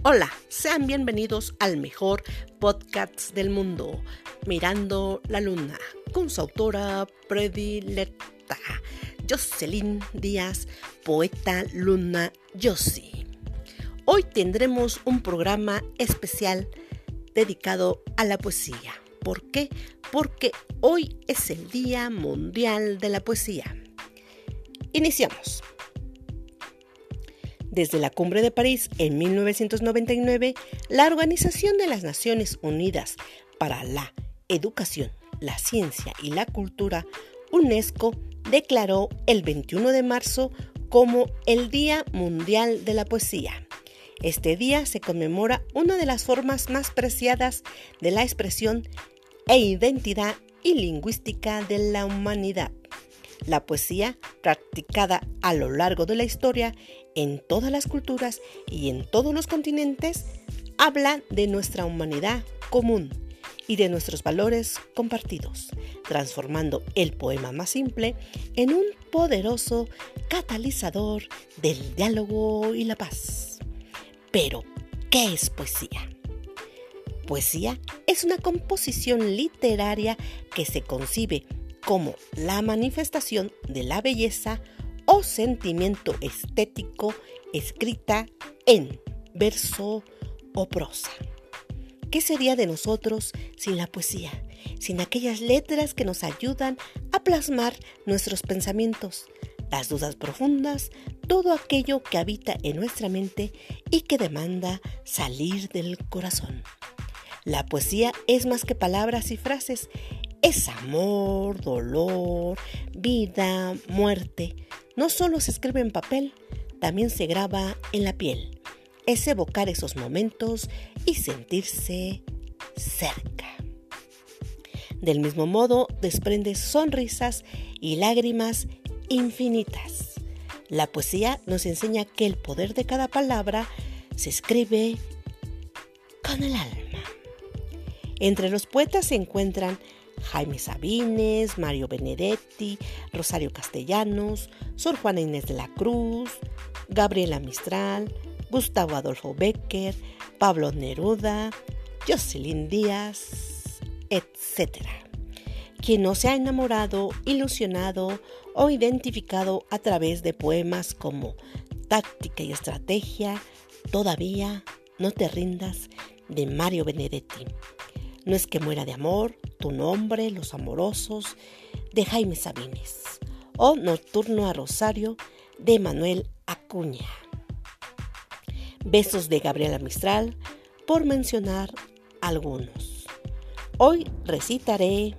Hola, sean bienvenidos al mejor podcast del mundo, Mirando la Luna, con su autora predilecta, Jocelyn Díaz, poeta Luna Yossi. Hoy tendremos un programa especial dedicado a la poesía. ¿Por qué? Porque hoy es el Día Mundial de la Poesía. Iniciamos. Desde la Cumbre de París en 1999, la Organización de las Naciones Unidas para la Educación, la Ciencia y la Cultura, UNESCO, declaró el 21 de marzo como el Día Mundial de la Poesía. Este día se conmemora una de las formas más preciadas de la expresión e identidad y lingüística de la humanidad. La poesía, practicada a lo largo de la historia, en todas las culturas y en todos los continentes, habla de nuestra humanidad común y de nuestros valores compartidos, transformando el poema más simple en un poderoso catalizador del diálogo y la paz. Pero, ¿qué es poesía? Poesía es una composición literaria que se concibe como la manifestación de la belleza o sentimiento estético escrita en verso o prosa. ¿Qué sería de nosotros sin la poesía? Sin aquellas letras que nos ayudan a plasmar nuestros pensamientos, las dudas profundas, todo aquello que habita en nuestra mente y que demanda salir del corazón. La poesía es más que palabras y frases. Es amor, dolor, vida, muerte. No solo se escribe en papel, también se graba en la piel. Es evocar esos momentos y sentirse cerca. Del mismo modo, desprende sonrisas y lágrimas infinitas. La poesía nos enseña que el poder de cada palabra se escribe con el alma. Entre los poetas se encuentran Jaime Sabines, Mario Benedetti, Rosario Castellanos, Sor Juana Inés de la Cruz, Gabriela Mistral, Gustavo Adolfo Bécquer, Pablo Neruda, Jocelyn Díaz, etc. Quien no se ha enamorado, ilusionado o identificado a través de poemas como Táctica y Estrategia, Todavía no te rindas, de Mario Benedetti. No es que muera de amor, Tu nombre, Los amorosos, de Jaime Sabines, o Nocturno a Rosario, de Manuel Acuña. Besos, de Gabriela Mistral, por mencionar algunos. Hoy recitaré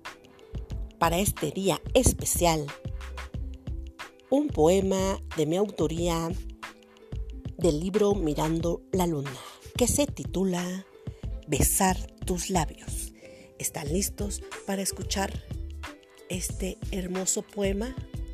para este día especial un poema de mi autoría del libro Mirando la Luna, que se titula Besar tus labios. ¿Están listos para escuchar este hermoso poema?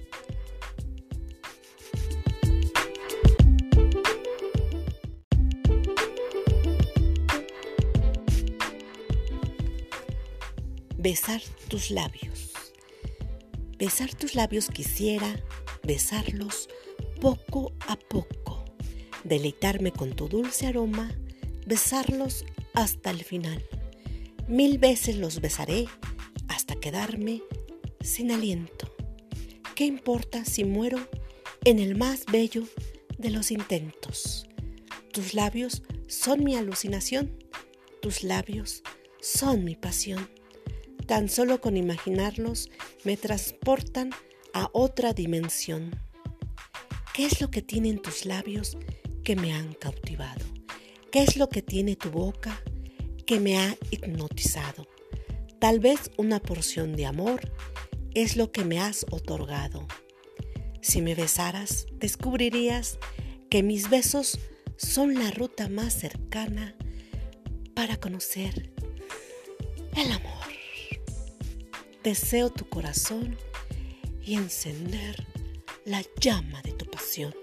Besar tus labios. Besar tus labios quisiera, besarlos poco a poco, deleitarme con tu dulce aroma, besarlos hasta el final. 1000 veces los besaré hasta quedarme sin aliento. ¿Qué importa si muero en el más bello de los intentos? Tus labios son mi alucinación, tus labios son mi pasión. Tan solo con imaginarlos me transportan a otra dimensión. ¿Qué es lo que tienen tus labios que me han cautivado? ¿Qué es lo que tiene tu boca que me ha hipnotizado? Tal vez una porción de amor es lo que me has otorgado. Si me besaras, descubrirías que mis besos son la ruta más cercana para conocer el amor. Deseo tu corazón y encender la llama de tu pasión.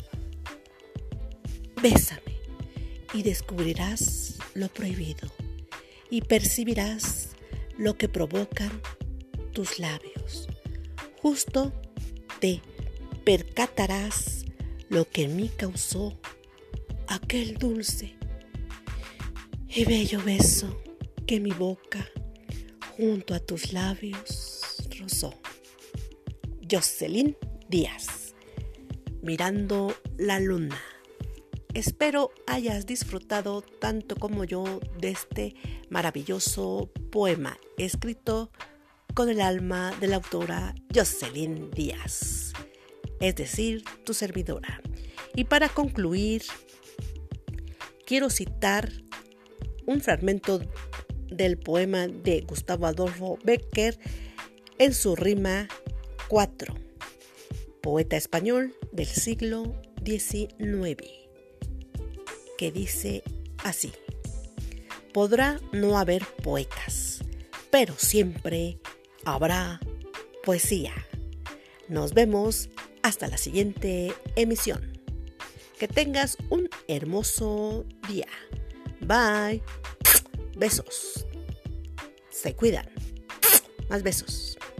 Bésame y descubrirás lo prohibido y percibirás lo que provocan tus labios. Justo te percatarás lo que en mí causó aquel dulce y bello beso que mi boca junto a tus labios rozó. Jocelyn Díaz, Mirando la luna. Espero hayas disfrutado tanto como yo de este maravilloso poema escrito con el alma de la autora Jocelyn Díaz, es decir, tu servidora. Y para concluir, quiero citar un fragmento del poema de Gustavo Adolfo Bécquer en su rima 4, poeta español del siglo XIX, que dice así: podrá no haber poetas, pero siempre habrá poesía. Nos vemos hasta la siguiente emisión. Que tengas un hermoso día. Bye. Besos. Se cuidan. Más besos.